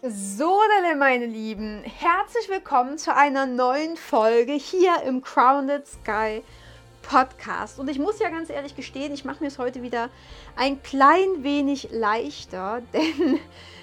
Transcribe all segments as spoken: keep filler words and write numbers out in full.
So, dann, meine Lieben, herzlich willkommen zu einer neuen Folge hier im Grounded Sky Podcast. Und ich muss ja ganz ehrlich gestehen, ich mache mir es heute wieder ein klein wenig leichter, denn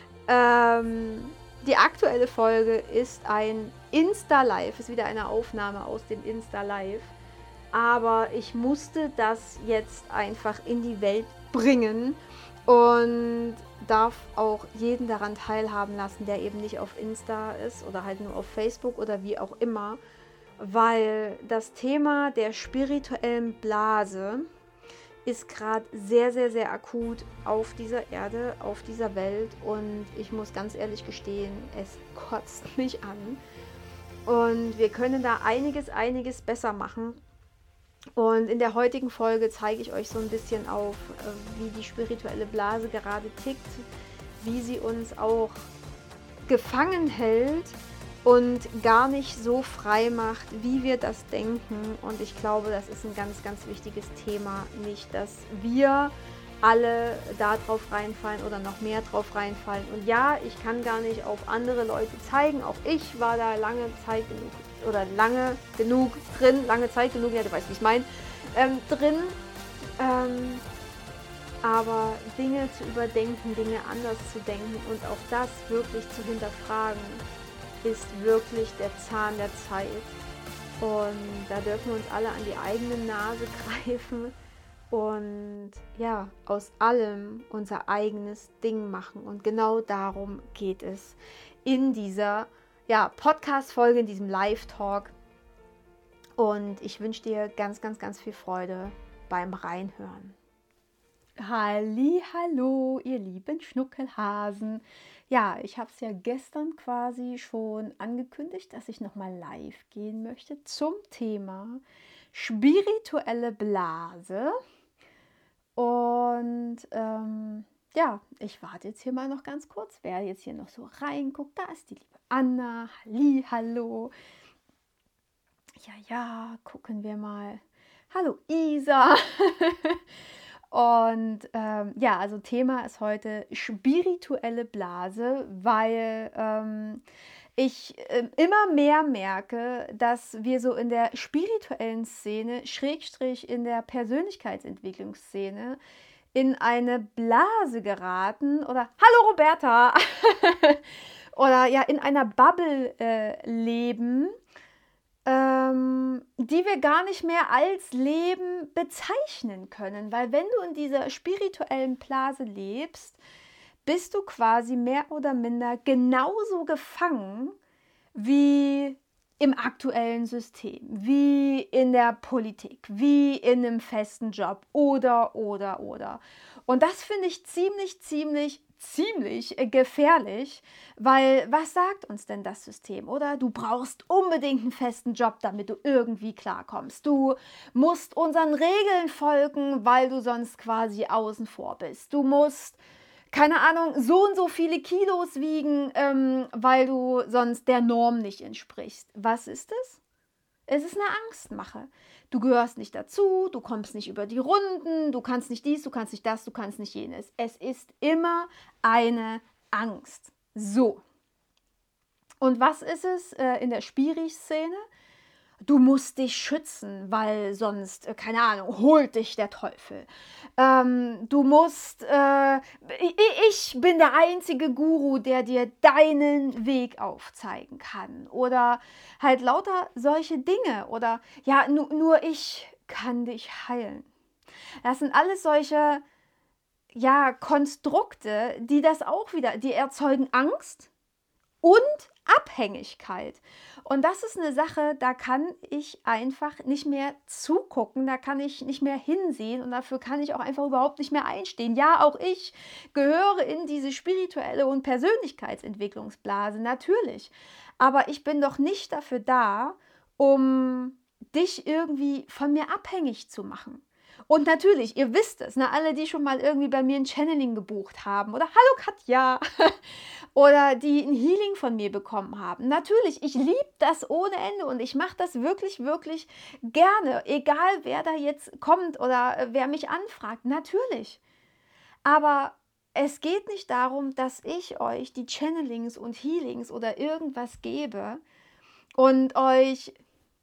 ähm, die aktuelle Folge ist ein Insta-Live, ist wieder eine Aufnahme aus dem Insta-Live. Aber ich musste das jetzt einfach in die Welt bringen und darf auch jeden daran teilhaben lassen, der eben nicht auf Insta ist oder halt nur auf Facebook oder wie auch immer, weil das Thema der spirituellen Blase ist gerade sehr, sehr, sehr akut auf dieser Erde, auf dieser Welt, und ich muss ganz ehrlich gestehen, es kotzt mich an und wir können da einiges, einiges besser machen. Und in der heutigen Folge zeige ich euch so ein bisschen auf, wie die spirituelle Blase gerade tickt, wie sie uns auch gefangen hält und gar nicht so frei macht, wie wir das denken. Und ich glaube, das ist ein ganz, ganz wichtiges Thema. Nicht, dass wir alle da drauf reinfallen oder noch mehr drauf reinfallen. Und ja, ich kann gar nicht auf andere Leute zeigen. Auch ich war da lange Zeit genug oder lange genug drin, lange Zeit genug, ja, du weißt, wie ich es meine, ähm, drin. Ähm, aber Dinge zu überdenken, Dinge anders zu denken und auch das wirklich zu hinterfragen, ist wirklich der Zahn der Zeit. Und da dürfen wir uns alle an die eigene Nase greifen und ja, aus allem unser eigenes Ding machen. Und genau darum geht es in dieser ja, Podcast-Folge, in diesem Live-Talk. Und ich wünsche dir ganz, ganz, ganz viel Freude beim Reinhören. Halli, hallo, ihr lieben Schnuckelhasen. Ja, ich habe es ja gestern quasi schon angekündigt, dass ich nochmal live gehen möchte zum Thema spirituelle Blase. Und ähm, ja, ich warte jetzt hier mal noch ganz kurz, wer jetzt hier noch so reinguckt. Da ist die liebe Anna. Halli, hallo. Ja, ja, gucken wir mal. Hallo Isa. Und ähm, ja, also Thema ist heute spirituelle Blase, weil ähm, ich äh, immer mehr merke, dass wir so in der spirituellen Szene, Schrägstrich in der Persönlichkeitsentwicklungsszene, in eine Blase geraten oder hallo Roberta oder ja in einer Bubble äh, leben, ähm, die wir gar nicht mehr als Leben bezeichnen können, weil wenn du in dieser spirituellen Blase lebst, bist du quasi mehr oder minder genauso gefangen wie im aktuellen System, wie in der Politik, wie in einem festen Job oder, oder, oder. Und das finde ich ziemlich, ziemlich, ziemlich gefährlich, weil was sagt uns denn das System, oder? Du brauchst unbedingt einen festen Job, damit du irgendwie klarkommst. Du musst unseren Regeln folgen, weil du sonst quasi außen vor bist. Du musst keine Ahnung, so und so viele Kilos wiegen, ähm, weil du sonst der Norm nicht entsprichst. Was ist es? Es ist eine Angstmache. Du gehörst nicht dazu, du kommst nicht über die Runden, du kannst nicht dies, du kannst nicht das, du kannst nicht jenes. Es ist immer eine Angst. So. Und was ist es äh, in der Spiri-Szene? Du musst dich schützen, weil sonst, äh, keine Ahnung, holt dich der Teufel. Ähm, du musst, äh, ich, ich bin der einzige Guru, der dir deinen Weg aufzeigen kann. Oder halt lauter solche Dinge. Oder ja, nu, nur ich kann dich heilen. Das sind alles solche, ja, Konstrukte, die das auch wieder, die erzeugen Angst und Abhängigkeit. Und das ist eine Sache, da kann ich einfach nicht mehr zugucken, da kann ich nicht mehr hinsehen und dafür kann ich auch einfach überhaupt nicht mehr einstehen. Ja, auch ich gehöre in diese spirituelle und Persönlichkeitsentwicklungsblase, natürlich. Aber ich bin doch nicht dafür da, um dich irgendwie von mir abhängig zu machen. Und natürlich, ihr wisst es, ne, alle, die schon mal irgendwie bei mir ein Channeling gebucht haben oder hallo Katja oder die ein Healing von mir bekommen haben. Natürlich, ich liebe das ohne Ende und ich mache das wirklich, wirklich gerne, egal wer da jetzt kommt oder wer mich anfragt, natürlich. Aber es geht nicht darum, dass ich euch die Channelings und Healings oder irgendwas gebe und euch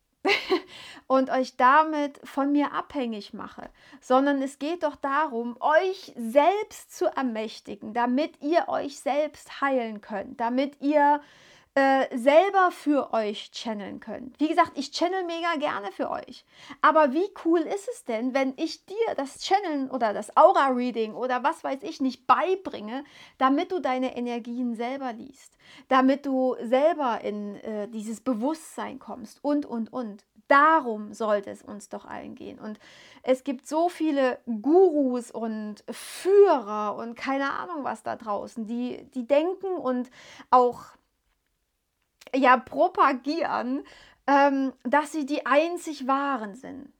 und euch damit von mir abhängig mache, sondern es geht doch darum, euch selbst zu ermächtigen, damit ihr euch selbst heilen könnt, damit ihr äh, selber für euch channeln könnt. Wie gesagt, ich channel mega gerne für euch. Aber wie cool ist es denn, wenn ich dir das Channeln oder das Aura-Reading oder was weiß ich nicht beibringe, damit du deine Energien selber liest, damit du selber in äh, dieses Bewusstsein kommst und, und, und. Darum sollte es uns doch allen gehen. Und es gibt so viele Gurus und Führer und keine Ahnung was da draußen, die, die denken und auch ja, propagieren, ähm, dass sie die einzig Wahren sind.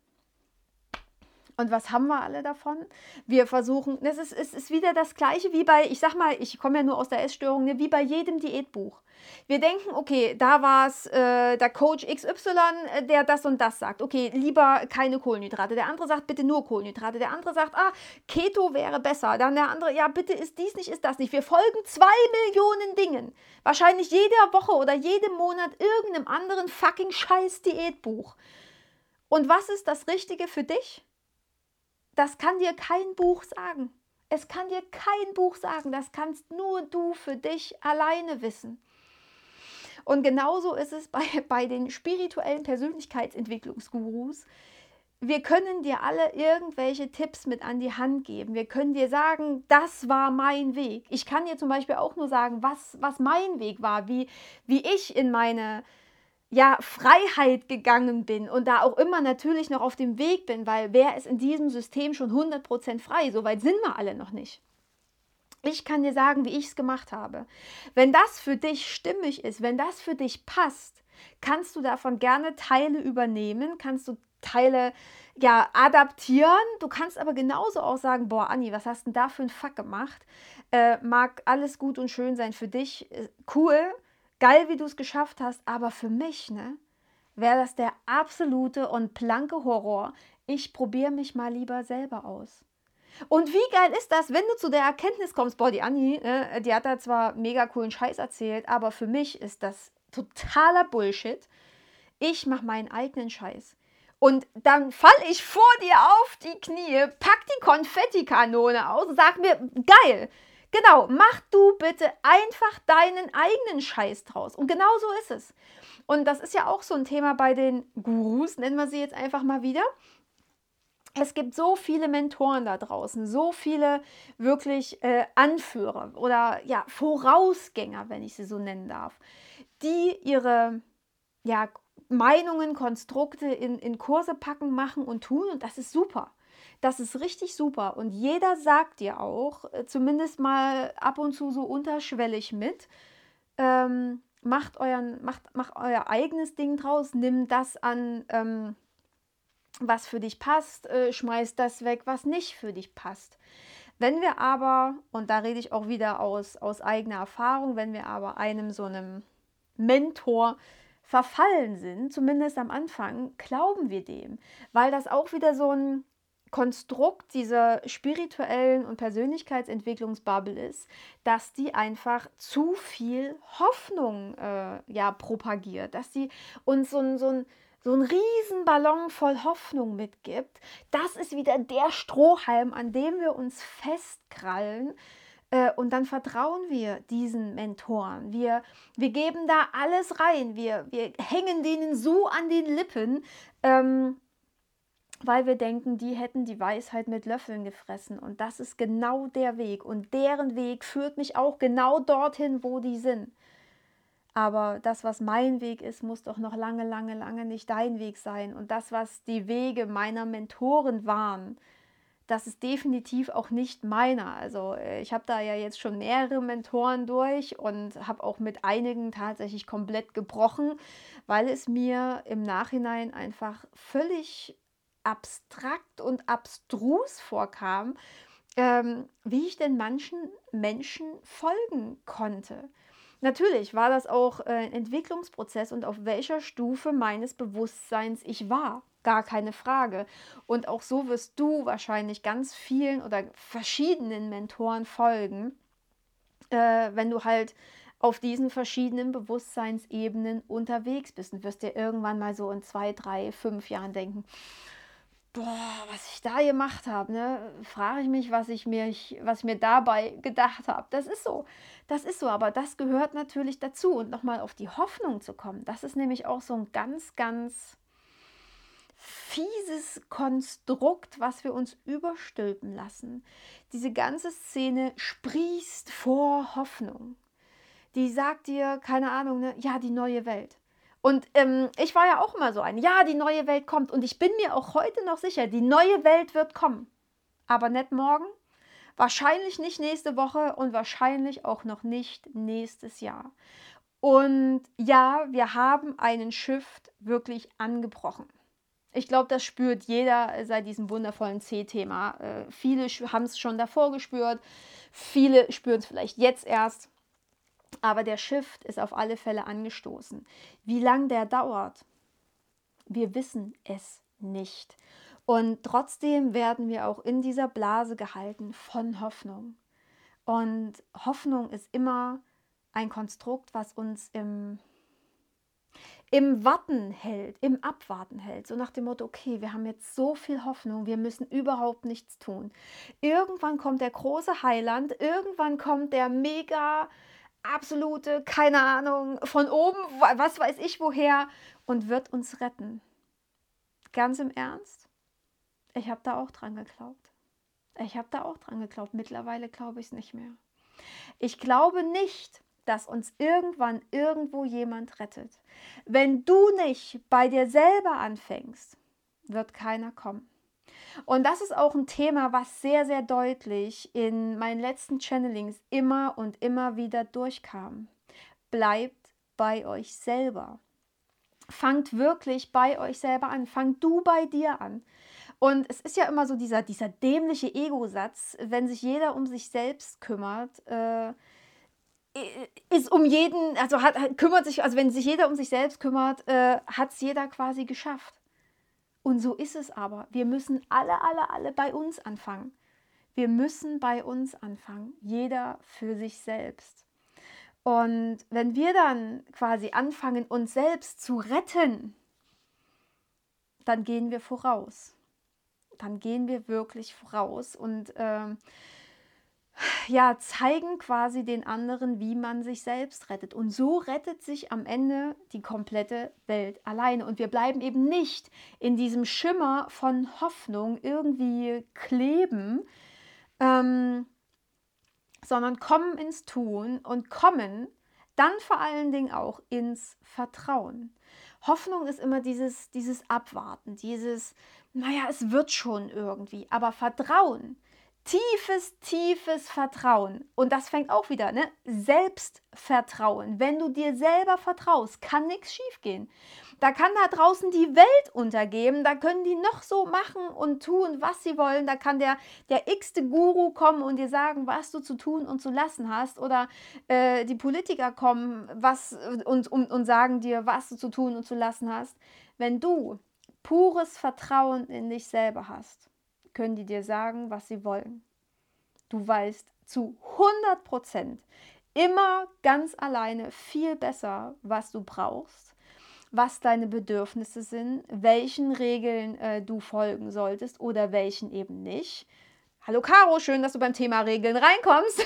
Und was haben wir alle davon? Wir versuchen, das ist, ist, ist wieder das Gleiche wie bei, ich sag mal, ich komme ja nur aus der Essstörung, ne, wie bei jedem Diätbuch. Wir denken, okay, da war es äh, der Coach X Y, äh, der das und das sagt. Okay, lieber keine Kohlenhydrate. Der andere sagt, bitte nur Kohlenhydrate. Der andere sagt, ah, Keto wäre besser. Dann der andere, ja, bitte ist dies nicht, ist das nicht. Wir folgen zwei Millionen Dingen. Wahrscheinlich jede Woche oder jeden Monat irgendeinem anderen fucking scheiß Diätbuch. Und was ist das Richtige für dich? Das kann dir kein Buch sagen. Es kann dir kein Buch sagen. Das kannst nur du für dich alleine wissen. Und genauso ist es bei, bei den spirituellen Persönlichkeitsentwicklungsgurus. Wir können dir alle irgendwelche Tipps mit an die Hand geben. Wir können dir sagen, das war mein Weg. Ich kann dir zum Beispiel auch nur sagen, was, was mein Weg war, wie, wie ich in meine ja, Freiheit gegangen bin und da auch immer natürlich noch auf dem Weg bin, weil wer ist in diesem System schon hundert Prozent frei? So weit sind wir alle noch nicht. Ich kann dir sagen, wie ich es gemacht habe. Wenn das für dich stimmig ist, wenn das für dich passt, kannst du davon gerne Teile übernehmen, kannst du Teile ja adaptieren. Du kannst aber genauso auch sagen, boah Anni, was hast denn da für ein Fuck gemacht? Äh, mag alles gut und schön sein für dich, äh, cool, geil, wie du es geschafft hast, aber für mich, ne, wäre das der absolute und blanke Horror. Ich probiere mich mal lieber selber aus. Und wie geil ist das, wenn du zu der Erkenntnis kommst, boah, die Anni, ne, die hat da zwar mega coolen Scheiß erzählt, aber für mich ist das totaler Bullshit. Ich mache meinen eigenen Scheiß. Und dann falle ich vor dir auf die Knie, pack die Konfettikanone aus und sag mir, geil, genau, mach du bitte einfach deinen eigenen Scheiß draus. Und genau so ist es. Und das ist ja auch so ein Thema bei den Gurus, nennen wir sie jetzt einfach mal wieder. Es gibt so viele Mentoren da draußen, so viele wirklich äh, Anführer oder ja, Vorausgänger, wenn ich sie so nennen darf, die ihre ja, Meinungen, Konstrukte in, in Kurse packen, machen und tun. Und das ist super. Das ist richtig super. Und jeder sagt dir auch, äh, zumindest mal ab und zu so unterschwellig mit, ähm, macht, euren, macht, macht euer eigenes Ding draus, nimmt das an, ähm, was für dich passt, äh, schmeißt das weg, was nicht für dich passt. Wenn wir aber, und da rede ich auch wieder aus, aus eigener Erfahrung, wenn wir aber einem so einem Mentor verfallen sind, zumindest am Anfang, glauben wir dem, weil das auch wieder so ein Konstrukt dieser spirituellen und Persönlichkeitsentwicklungsbubble ist, dass die einfach zu viel Hoffnung äh, ja, propagiert, dass die uns so ein, so ein so ein Riesenballon voll Hoffnung mitgibt. Das ist wieder der Strohhalm, an dem wir uns festkrallen. Äh, und dann vertrauen wir diesen Mentoren. Wir, wir geben da alles rein. Wir, wir hängen denen so an den Lippen, ähm, weil wir denken, die hätten die Weisheit mit Löffeln gefressen. Und das ist genau der Weg. Und deren Weg führt mich auch genau dorthin, wo die sind. Aber das, was mein Weg ist, muss doch noch lange, lange, lange nicht dein Weg sein. Und das, was die Wege meiner Mentoren waren, das ist definitiv auch nicht meiner. Also ich habe da ja jetzt schon mehrere Mentoren durch und habe auch mit einigen tatsächlich komplett gebrochen, weil es mir im Nachhinein einfach völlig abstrakt und abstrus vorkam, ähm, wie ich denn manchen Menschen folgen konnte. Natürlich war das auch äh, ein Entwicklungsprozess und auf welcher Stufe meines Bewusstseins ich war. Gar keine Frage. Und auch so wirst du wahrscheinlich ganz vielen oder verschiedenen Mentoren folgen, äh, wenn du halt auf diesen verschiedenen Bewusstseinsebenen unterwegs bist und wirst dir irgendwann mal so in zwei, drei, fünf Jahren denken, boah, was ich da gemacht habe, ne, frage ich mich, was ich mir, was ich mir dabei gedacht habe. Das ist so, das ist so, aber das gehört natürlich dazu. Und nochmal auf die Hoffnung zu kommen, das ist nämlich auch so ein ganz, ganz fieses Konstrukt, was wir uns überstülpen lassen. Diese ganze Szene sprießt vor Hoffnung. Die sagt dir, keine Ahnung, ne, ja, die neue Welt. Und ähm, ich war ja auch immer so ein, ja, die neue Welt kommt. Und ich bin mir auch heute noch sicher, die neue Welt wird kommen. Aber nicht morgen, wahrscheinlich nicht nächste Woche und wahrscheinlich auch noch nicht nächstes Jahr. Und ja, wir haben einen Shift wirklich angebrochen. Ich glaube, das spürt jeder seit diesem wundervollen C-Thema. Äh, viele haben es schon davor gespürt, viele spüren es vielleicht jetzt erst. Aber der Shift ist auf alle Fälle angestoßen. Wie lange der dauert, wir wissen es nicht. Und trotzdem werden wir auch in dieser Blase gehalten von Hoffnung. Und Hoffnung ist immer ein Konstrukt, was uns im, im Warten hält, im Abwarten hält. So nach dem Motto, okay, wir haben jetzt so viel Hoffnung, wir müssen überhaupt nichts tun. Irgendwann kommt der große Heiland, irgendwann kommt der mega absolute, keine Ahnung, von oben, was weiß ich woher, und wird uns retten. Ganz im Ernst, ich habe da auch dran geglaubt. Ich habe da auch dran geglaubt. Mittlerweile glaube ich es nicht mehr. Ich glaube nicht, dass uns irgendwann irgendwo jemand rettet. Wenn du nicht bei dir selber anfängst, wird keiner kommen. Und das ist auch ein Thema, was sehr, sehr deutlich in meinen letzten Channelings immer und immer wieder durchkam. Bleibt bei euch selber. Fangt wirklich bei euch selber an. Fangt du bei dir an. Und es ist ja immer so dieser, dieser dämliche Ego-Satz, wenn sich jeder um sich selbst kümmert, äh, ist um jeden, also hat, kümmert sich, also wenn sich jeder um sich selbst kümmert, äh, hat es jeder quasi geschafft. Und so ist es aber. Wir müssen alle, alle, alle bei uns anfangen. Wir müssen bei uns anfangen. Jeder für sich selbst. Und wenn wir dann quasi anfangen, uns selbst zu retten, dann gehen wir voraus. Dann gehen wir wirklich voraus und ähm, ja, zeigen quasi den anderen, wie man sich selbst rettet. Und so rettet sich am Ende die komplette Welt alleine. Und wir bleiben eben nicht in diesem Schimmer von Hoffnung irgendwie kleben, ähm, sondern kommen ins Tun und kommen dann vor allen Dingen auch ins Vertrauen. Hoffnung ist immer dieses, dieses Abwarten, dieses, naja, es wird schon irgendwie. Aber Vertrauen, tiefes, tiefes Vertrauen. Und das fängt auch wieder, ne? Selbstvertrauen. Wenn du dir selber vertraust, kann nichts schiefgehen. Da kann da draußen die Welt untergehen, da können die noch so machen und tun, was sie wollen. Da kann der, der x-te Guru kommen und dir sagen, was du zu tun und zu lassen hast. Oder äh, die Politiker kommen was, und, und, und sagen dir, was du zu tun und zu lassen hast. Wenn du pures Vertrauen in dich selber hast, können die dir sagen, was sie wollen. Du weißt zu hundert Prozent immer ganz alleine viel besser, was du brauchst, was deine Bedürfnisse sind, welchen Regeln äh, du folgen solltest oder welchen eben nicht. Hallo Caro, schön, dass du beim Thema Regeln reinkommst.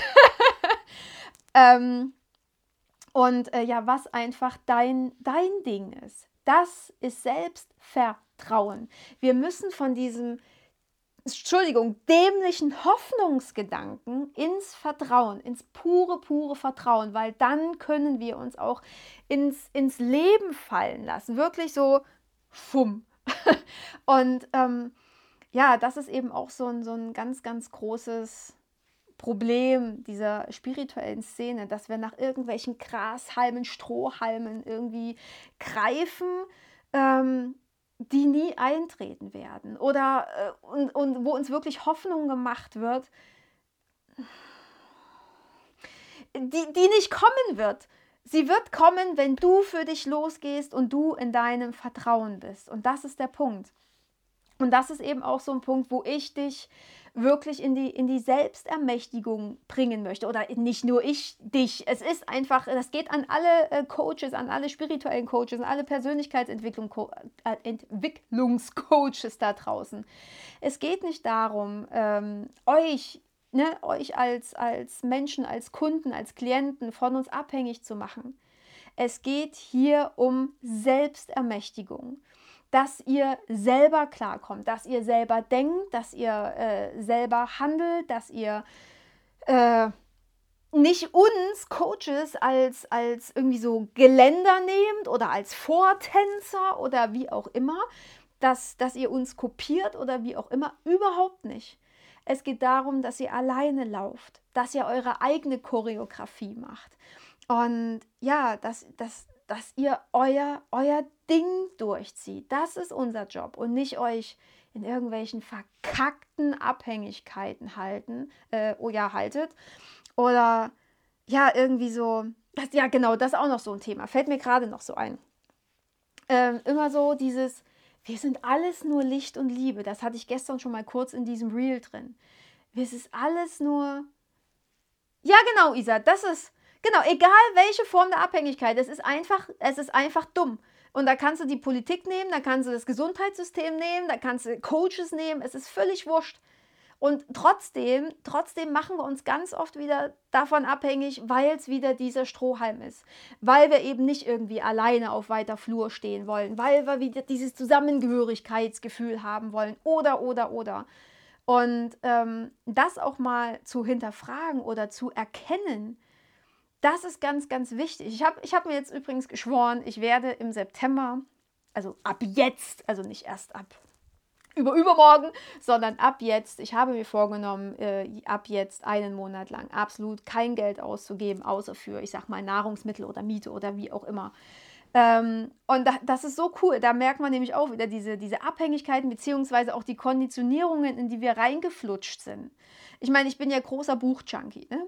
ähm, und äh, ja, was einfach dein, dein Ding ist. Das ist Selbstvertrauen. Wir müssen von diesem Entschuldigung, dämlichen Hoffnungsgedanken ins Vertrauen, ins pure, pure Vertrauen, weil dann können wir uns auch ins, ins Leben fallen lassen. Wirklich so, fumm. Und ähm, ja, das ist eben auch so ein, so ein ganz, ganz großes Problem dieser spirituellen Szene, dass wir nach irgendwelchen Grashalmen, Strohhalmen irgendwie greifen, ähm, die nie eintreten werden oder äh, und, und wo uns wirklich Hoffnung gemacht wird, die, die nicht kommen wird. Sie wird kommen, wenn du für dich losgehst und du in deinem Vertrauen bist. Und das ist der Punkt. Und das ist eben auch so ein Punkt, wo ich dich wirklich in die, in die Selbstermächtigung bringen möchte. Oder nicht nur ich, dich. Es ist einfach, das geht an alle äh, Coaches, an alle spirituellen Coaches, an alle Persönlichkeitsentwicklung, äh, Entwicklungscoaches da draußen. Es geht nicht darum, ähm, euch, ne, euch als, als Menschen, als Kunden, als Klienten von uns abhängig zu machen. Es geht hier um Selbstermächtigung, dass ihr selber klarkommt, dass ihr selber denkt, dass ihr äh, selber handelt, dass ihr äh, nicht uns Coaches als, als irgendwie so Geländer nehmt oder als Vortänzer oder wie auch immer, dass, dass ihr uns kopiert oder wie auch immer, überhaupt nicht. Es geht darum, dass ihr alleine lauft, dass ihr eure eigene Choreografie macht und ja, dass, dass, dass ihr euer, euer Ding durchzieht. Das ist unser Job und nicht euch in irgendwelchen verkackten Abhängigkeiten halten, äh, oh ja, haltet. Oder ja, irgendwie so, das, ja genau, das ist auch noch so ein Thema, fällt mir gerade noch so ein. Ähm, immer so dieses, wir sind alles nur Licht und Liebe, das hatte ich gestern schon mal kurz in diesem Reel drin. Es ist alles nur, ja genau, Isa, das ist, genau, egal welche Form der Abhängigkeit, es ist einfach, es ist einfach dumm. Und da kannst du die Politik nehmen, da kannst du das Gesundheitssystem nehmen, da kannst du Coaches nehmen, es ist völlig wurscht. Und trotzdem, trotzdem machen wir uns ganz oft wieder davon abhängig, weil es wieder dieser Strohhalm ist. Weil wir eben nicht irgendwie alleine auf weiter Flur stehen wollen, weil wir wieder dieses Zusammengehörigkeitsgefühl haben wollen oder, oder, oder. Und ähm, das auch mal zu hinterfragen oder zu erkennen, das ist ganz, ganz wichtig. Ich habe ich hab mir jetzt übrigens geschworen, ich werde im September, also ab jetzt, also nicht erst ab über übermorgen, sondern ab jetzt, ich habe mir vorgenommen, äh, ab jetzt einen Monat lang absolut kein Geld auszugeben, außer für, ich sag mal, Nahrungsmittel oder Miete oder wie auch immer. Ähm, und da, das ist so cool, da merkt man nämlich auch wieder diese, diese Abhängigkeiten beziehungsweise auch die Konditionierungen, in die wir reingeflutscht sind. Ich meine, ich bin ja großer Buchjunkie, ne?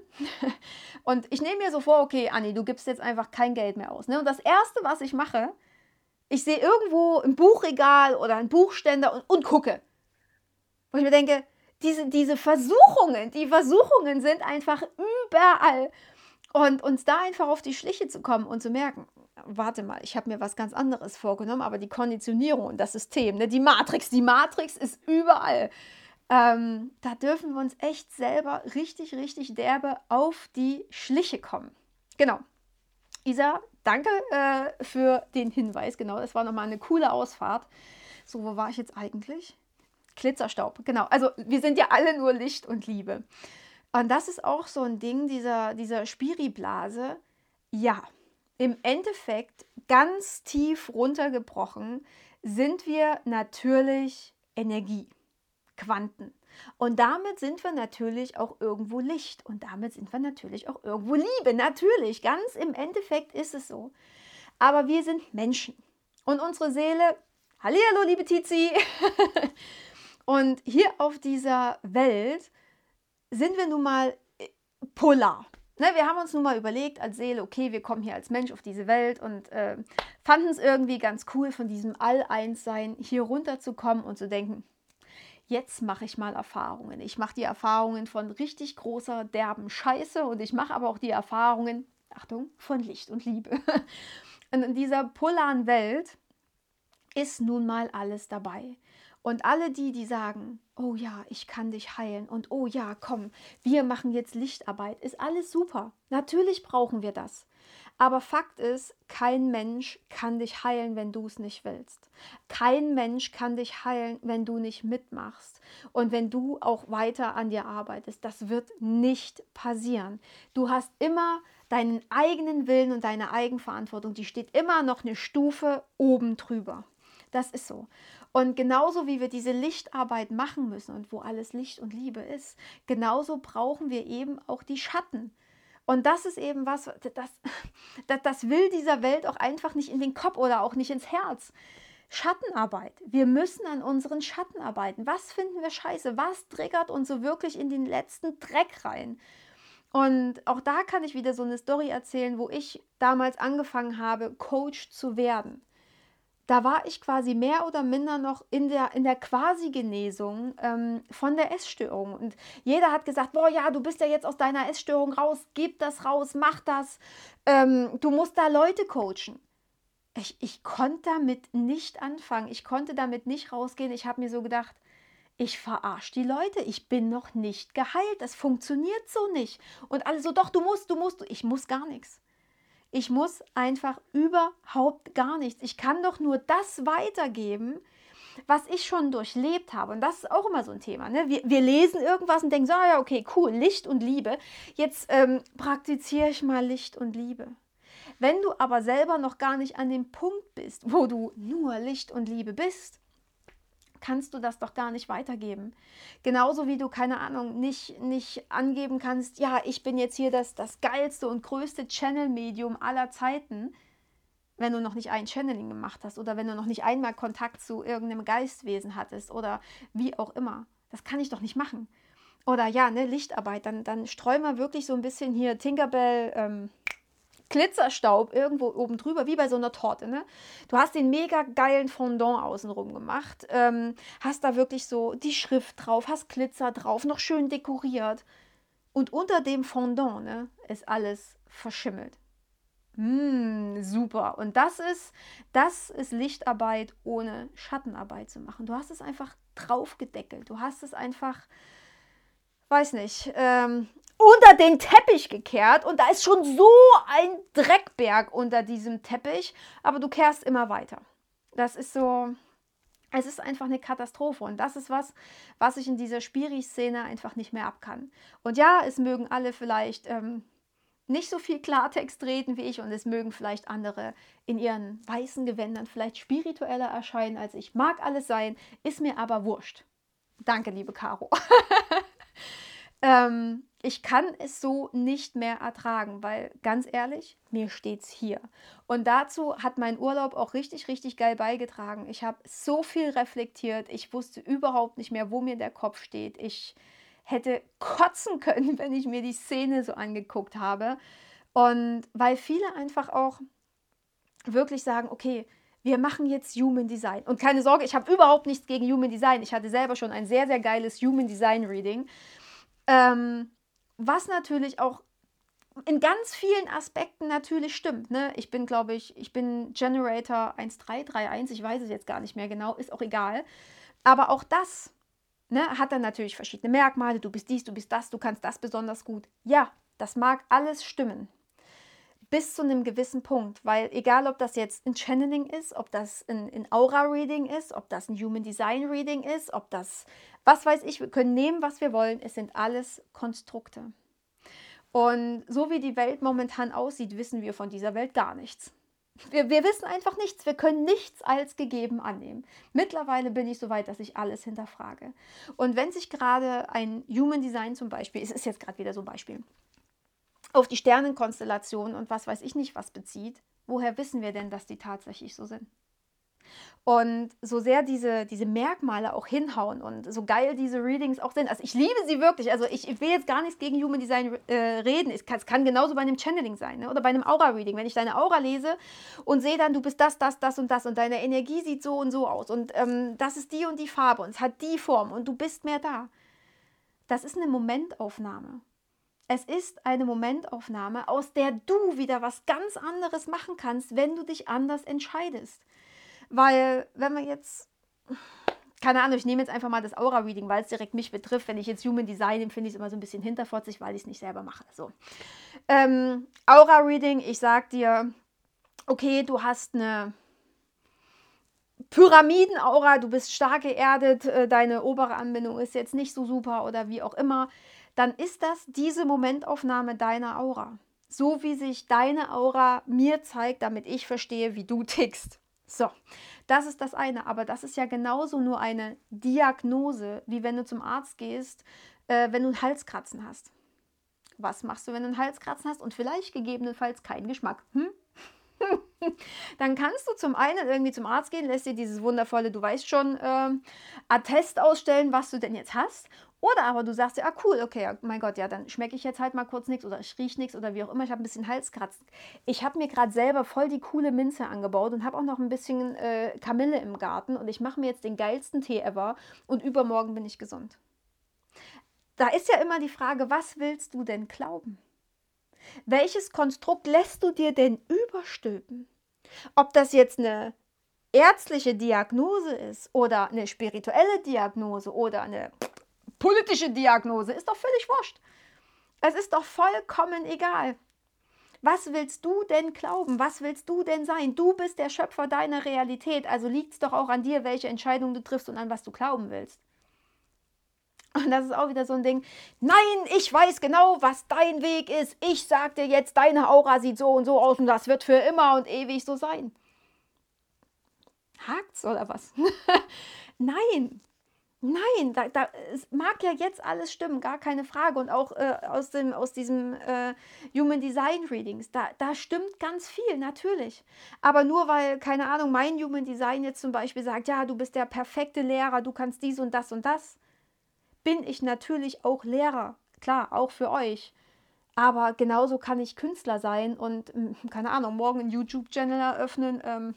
Und ich nehme mir so vor, okay, Anni, du gibst jetzt einfach kein Geld mehr aus, ne? Und das Erste, was ich mache, ich sehe irgendwo ein Buchregal oder einen Buchständer und, und gucke. Wo ich mir denke, diese, diese Versuchungen, die Versuchungen sind einfach überall. Und uns da einfach auf die Schliche zu kommen und zu merken, warte mal, ich habe mir was ganz anderes vorgenommen, aber die Konditionierung und das System, ne, die Matrix, die Matrix ist überall. Ähm, da dürfen wir uns echt selber richtig, richtig derbe auf die Schliche kommen. Genau. Isa, danke äh, für den Hinweis. Genau, das war nochmal eine coole Ausfahrt. So, wo war ich jetzt eigentlich? Glitzerstaub, genau. Also wir sind ja alle nur Licht und Liebe. Und das ist auch so ein Ding dieser, dieser Spiriblase. Ja, im Endeffekt ganz tief runtergebrochen sind wir natürlich Energie, Quanten. Und damit sind wir natürlich auch irgendwo Licht und damit sind wir natürlich auch irgendwo Liebe. Natürlich, ganz im Endeffekt ist es so. Aber wir sind Menschen und unsere Seele, hallihallo liebe Tizi, und hier auf dieser Welt sind wir nun mal polar. Ne, wir haben uns nun mal überlegt als Seele, okay, wir kommen hier als Mensch auf diese Welt und äh, fanden es irgendwie ganz cool, von diesem All-Eins-Sein hier runterzukommen und zu denken, jetzt mache ich mal Erfahrungen. Ich mache die Erfahrungen von richtig großer, derben Scheiße und ich mache aber auch die Erfahrungen, Achtung, von Licht und Liebe. Und in dieser polaren Welt ist nun mal alles dabei. Und alle die, die sagen, oh ja, ich kann dich heilen und oh ja, komm, wir machen jetzt Lichtarbeit, ist alles super. Natürlich brauchen wir das. Aber Fakt ist, kein Mensch kann dich heilen, wenn du es nicht willst. Kein Mensch kann dich heilen, wenn du nicht mitmachst. Und wenn du auch weiter an dir arbeitest, das wird nicht passieren. Du hast immer deinen eigenen Willen und deine Eigenverantwortung, die steht immer noch eine Stufe oben drüber. Das ist so. Und genauso wie wir diese Lichtarbeit machen müssen und wo alles Licht und Liebe ist, genauso brauchen wir eben auch die Schatten. Und das ist eben was, das, das, das will dieser Welt auch einfach nicht in den Kopf oder auch nicht ins Herz. Schattenarbeit. Wir müssen an unseren Schatten arbeiten. Was finden wir scheiße? Was triggert uns so wirklich in den letzten Dreck rein? Und auch da kann ich wieder so eine Story erzählen, wo ich damals angefangen habe, Coach zu werden. Da war ich quasi mehr oder minder noch in der, in der Quasi-Genesung ähm, von der Essstörung. Und jeder hat gesagt, boah, ja, du bist ja jetzt aus deiner Essstörung raus, gib das raus, mach das. Ähm, du musst da Leute coachen. Ich, ich konnte damit nicht anfangen. Ich konnte damit nicht rausgehen. Ich habe mir so gedacht, ich verarsche die Leute. Ich bin noch nicht geheilt. Das funktioniert so nicht. Und alle so, doch, du musst, du musst. Ich muss gar nichts. Ich muss einfach überhaupt gar nichts. Ich kann doch nur das weitergeben, was ich schon durchlebt habe. Und das ist auch immer so ein Thema. Ne? Wir, wir lesen irgendwas und denken so, ah ja, okay, cool, Licht und Liebe. Jetzt ähm, praktiziere ich mal Licht und Liebe. Wenn du aber selber noch gar nicht an dem Punkt bist, wo du nur Licht und Liebe bist, kannst du das doch gar nicht weitergeben. Genauso wie du, keine Ahnung, nicht, nicht angeben kannst, ja, ich bin jetzt hier das, das geilste und größte Channel-Medium aller Zeiten, wenn du noch nicht ein Channeling gemacht hast oder wenn du noch nicht einmal Kontakt zu irgendeinem Geistwesen hattest oder wie auch immer. Das kann ich doch nicht machen. Oder ja, ne, Lichtarbeit, dann, dann streuen wir wirklich so ein bisschen hier Tinkerbell, ähm, Glitzerstaub irgendwo oben drüber, wie bei so einer Torte. Ne? Du hast den mega geilen Fondant außenrum gemacht, ähm, hast da wirklich so die Schrift drauf, hast Glitzer drauf, noch schön dekoriert. Und unter dem Fondant, ne, ist alles verschimmelt. Mm, super. Und das ist, das ist Lichtarbeit ohne Schattenarbeit zu machen. Du hast es einfach draufgedeckelt. Du hast es einfach, weiß nicht, ähm, unter den Teppich gekehrt und da ist schon so ein Dreckberg unter diesem Teppich, aber du kehrst immer weiter. Das ist so, es ist einfach eine Katastrophe und das ist was, was ich in dieser Spiri-Szene einfach nicht mehr ab kann. Und ja, es mögen alle vielleicht ähm, nicht so viel Klartext reden wie ich und es mögen vielleicht andere in ihren weißen Gewändern vielleicht spiritueller erscheinen als ich. Mag alles sein, ist mir aber wurscht. Danke, liebe Caro. ähm, ich kann es so nicht mehr ertragen, weil ganz ehrlich, mir steht's hier. Und dazu hat mein Urlaub auch richtig, richtig geil beigetragen. Ich habe so viel reflektiert. Ich wusste überhaupt nicht mehr, wo mir der Kopf steht. Ich hätte kotzen können, wenn ich mir die Szene so angeguckt habe. Und weil viele einfach auch wirklich sagen, okay, wir machen jetzt Human Design. Und keine Sorge, ich habe überhaupt nichts gegen Human Design. Ich hatte selber schon ein sehr, sehr geiles Human Design Reading. Ähm, was natürlich auch in ganz vielen Aspekten natürlich stimmt. Ne? Ich bin, glaube ich, ich bin Generator eins drei drei eins, ich weiß es jetzt gar nicht mehr genau, ist auch egal. Aber auch das, ne, hat dann natürlich verschiedene Merkmale. Du bist dies, du bist das, du kannst das besonders gut. Ja, das mag alles stimmen. Bis zu einem gewissen Punkt, weil egal, ob das jetzt ein Channeling ist, ob das ein, ein Aura-Reading ist, ob das ein Human Design Reading ist, ob das, was weiß ich, wir können nehmen, was wir wollen, es sind alles Konstrukte. Und so wie die Welt momentan aussieht, wissen wir von dieser Welt gar nichts. Wir, wir wissen einfach nichts, wir können nichts als gegeben annehmen. Mittlerweile bin ich so weit, dass ich alles hinterfrage. Und wenn sich gerade ein Human Design zum Beispiel, es ist jetzt gerade wieder so ein Beispiel, auf die Sternenkonstellation und was weiß ich nicht was bezieht, woher wissen wir denn, dass die tatsächlich so sind? Und so sehr diese, diese Merkmale auch hinhauen und so geil diese Readings auch sind, also ich liebe sie wirklich, also ich, ich will jetzt gar nichts gegen Human Design äh, reden, es kann, es kann genauso bei einem Channeling sein, ne? Oder bei einem Aura-Reading, wenn ich deine Aura lese und sehe dann, du bist das, das, das und das und deine Energie sieht so und so aus und ähm, das ist die und die Farbe und es hat die Form und du bist mehr da. Das ist eine Momentaufnahme. Es ist eine Momentaufnahme, aus der du wieder was ganz anderes machen kannst, wenn du dich anders entscheidest. Weil, wenn wir jetzt, keine Ahnung, ich nehme jetzt einfach mal das Aura-Reading, weil es direkt mich betrifft. Wenn ich jetzt Human Design nehme, finde ich es immer so ein bisschen hinterfotzig, weil ich es nicht selber mache. So. Ähm, Aura-Reading, ich sag dir, okay, du hast eine Pyramiden-Aura, du bist stark geerdet, deine obere Anbindung ist jetzt nicht so super oder wie auch immer, dann ist das diese Momentaufnahme deiner Aura. So wie sich deine Aura mir zeigt, damit ich verstehe, wie du tickst. So, das ist das eine. Aber das ist ja genauso nur eine Diagnose, wie wenn du zum Arzt gehst, äh, wenn du einen Halskratzen hast. Was machst du, wenn du einen Halskratzen hast und vielleicht gegebenenfalls keinen Geschmack? Hm? Dann kannst du zum einen irgendwie zum Arzt gehen, lässt dir dieses wundervolle, du weißt schon, ähm, Attest ausstellen, was du denn jetzt hast. Oder aber du sagst dir, ah cool, okay, ja, mein Gott, ja, dann schmecke ich jetzt halt mal kurz nichts oder ich rieche nichts oder wie auch immer, ich habe ein bisschen Halskratzen. Ich habe mir gerade selber voll die coole Minze angebaut und habe auch noch ein bisschen äh, Kamille im Garten und ich mache mir jetzt den geilsten Tee ever und übermorgen bin ich gesund. Da ist ja immer die Frage, was willst du denn glauben? Welches Konstrukt lässt du dir denn überstülpen? Ob das jetzt eine ärztliche Diagnose ist oder eine spirituelle Diagnose oder eine politische Diagnose, ist doch völlig wurscht. Es ist doch vollkommen egal. Was willst du denn glauben? Was willst du denn sein? Du bist der Schöpfer deiner Realität, also liegt es doch auch an dir, welche Entscheidung du triffst und an was du glauben willst. Und das ist auch wieder so ein Ding, nein, ich weiß genau, was dein Weg ist. Ich sag dir jetzt, deine Aura sieht so und so aus und das wird für immer und ewig so sein. Hakt's oder was? Nein, nein, da, da, es mag ja jetzt alles stimmen, gar keine Frage. Und auch äh, aus, dem, aus diesem äh, Human Design Readings, da, da stimmt ganz viel, natürlich. Aber nur weil, keine Ahnung, mein Human Design jetzt zum Beispiel sagt, ja, du bist der perfekte Lehrer, du kannst dies und das und das, bin ich natürlich auch Lehrer. Klar, auch für euch. Aber genauso kann ich Künstler sein und, keine Ahnung, morgen einen YouTube-Channel eröffnen, ähm,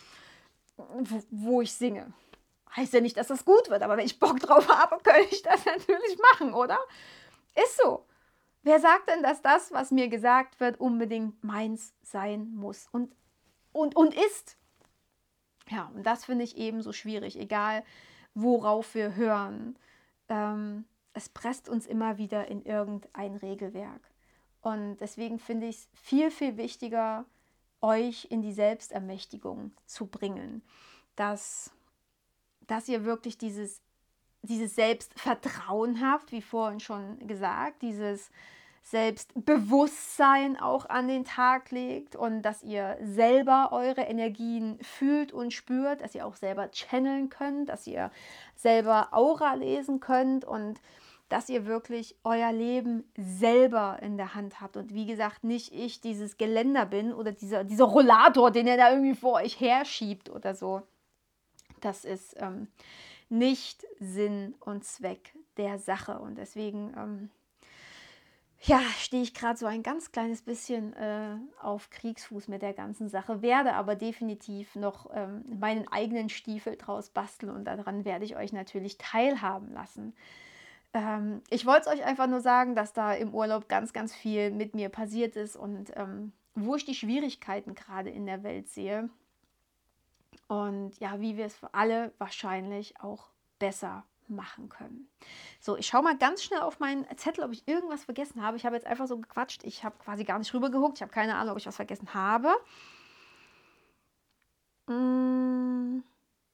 wo, wo ich singe. Heißt ja nicht, dass das gut wird, aber wenn ich Bock drauf habe, kann ich das natürlich machen, oder? Ist so. Wer sagt denn, dass das, was mir gesagt wird, unbedingt meins sein muss und, und, und ist? Ja, und das finde ich eben so schwierig, egal worauf wir hören. Ähm, es presst uns immer wieder in irgendein Regelwerk. Und deswegen finde ich es viel, viel wichtiger, euch in die Selbstermächtigung zu bringen, dass, dass ihr wirklich dieses, dieses Selbstvertrauen habt, wie vorhin schon gesagt, dieses Selbstbewusstsein auch an den Tag legt und dass ihr selber eure Energien fühlt und spürt, dass ihr auch selber channeln könnt, dass ihr selber Aura lesen könnt und dass ihr wirklich euer Leben selber in der Hand habt. Und wie gesagt, nicht ich dieses Geländer bin oder dieser, dieser Rollator, den ihr da irgendwie vor euch herschiebt oder so. Das ist ähm, nicht Sinn und Zweck der Sache. Und deswegen, ähm, ja, stehe ich gerade so ein ganz kleines bisschen äh, auf Kriegsfuß mit der ganzen Sache, werde aber definitiv noch ähm, meinen eigenen Stiefel draus basteln und daran werde ich euch natürlich teilhaben lassen. Ähm, ich wollte es euch einfach nur sagen, dass da im Urlaub ganz, ganz viel mit mir passiert ist und ähm, wo ich die Schwierigkeiten gerade in der Welt sehe und ja, wie wir es für alle wahrscheinlich auch besser machen können. So, ich schaue mal ganz schnell auf meinen Zettel, ob ich irgendwas vergessen habe. Ich habe jetzt einfach so gequatscht. Ich habe quasi gar nicht rübergeguckt. Ich habe keine Ahnung, ob ich was vergessen habe. Mm.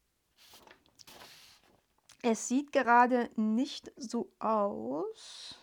Es sieht gerade nicht so aus.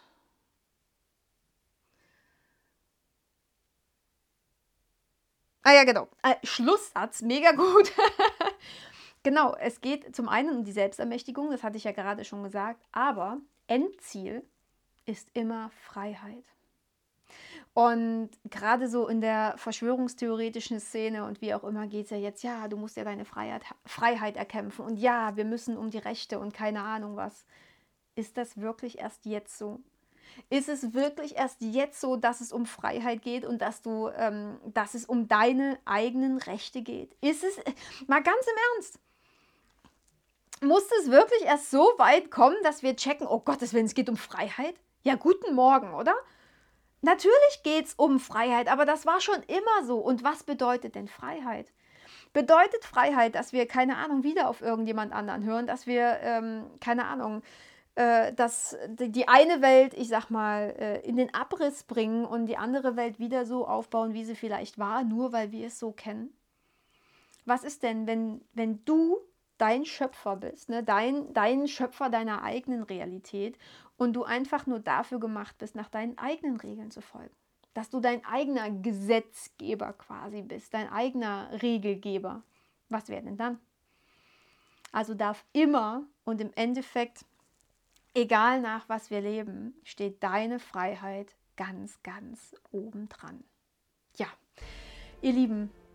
Ah ja, genau. Äh, Schlusssatz, mega gut. Genau, es geht zum einen um die Selbstermächtigung, das hatte ich ja gerade schon gesagt, aber Endziel ist immer Freiheit. Und gerade so in der verschwörungstheoretischen Szene und wie auch immer geht es ja jetzt, ja, du musst ja deine Freiheit, Freiheit erkämpfen und ja, wir müssen um die Rechte und keine Ahnung was. Ist das wirklich erst jetzt so? Ist es wirklich erst jetzt so, dass es um Freiheit geht und dass du, ähm, dass es um deine eigenen Rechte geht? Ist es, mal ganz im Ernst, muss es wirklich erst so weit kommen, dass wir checken, oh Gottes Willen, es geht um Freiheit? Ja, guten Morgen, oder? Natürlich geht es um Freiheit, aber das war schon immer so. Und was bedeutet denn Freiheit? Bedeutet Freiheit, dass wir, keine Ahnung, wieder auf irgendjemand anderen hören, dass wir, ähm, keine Ahnung, äh, dass die eine Welt, ich sag mal, äh, in den Abriss bringen und die andere Welt wieder so aufbauen, wie sie vielleicht war, nur weil wir es so kennen? Was ist denn, wenn, wenn du dein Schöpfer bist, ne? dein, dein Schöpfer deiner eigenen Realität und du einfach nur dafür gemacht bist, nach deinen eigenen Regeln zu folgen? Dass du dein eigener Gesetzgeber quasi bist, dein eigener Regelgeber. Was wäre denn dann? Also darf immer und im Endeffekt, egal nach was wir leben, steht deine Freiheit ganz, ganz oben dran. Ja, ihr Lieben,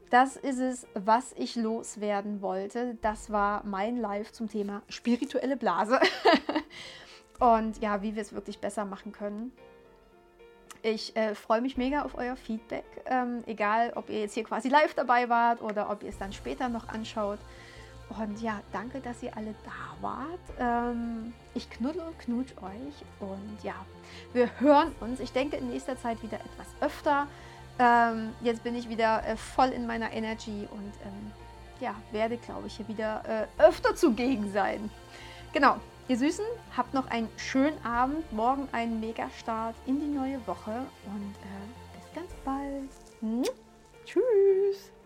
das ist es, was ich loswerden wollte. Das war mein Live zum Thema spirituelle Blase. Und ja, wie wir es wirklich besser machen können. Ich äh, freue mich mega auf euer Feedback, ähm, egal ob ihr jetzt hier quasi live dabei wart oder ob ihr es dann später noch anschaut. Und ja, danke, dass ihr alle da wart. Ähm, ich knuddel und knutsch euch und ja, wir hören uns, ich denke, in nächster Zeit wieder etwas öfter. Ähm, jetzt bin ich wieder äh, voll in meiner Energy und ähm, ja, werde, glaube ich, hier wieder äh, öfter zugegen sein. Genau. Ihr Süßen, habt noch einen schönen Abend, morgen einen Mega-Start in die neue Woche und äh, bis ganz bald. Tschüss!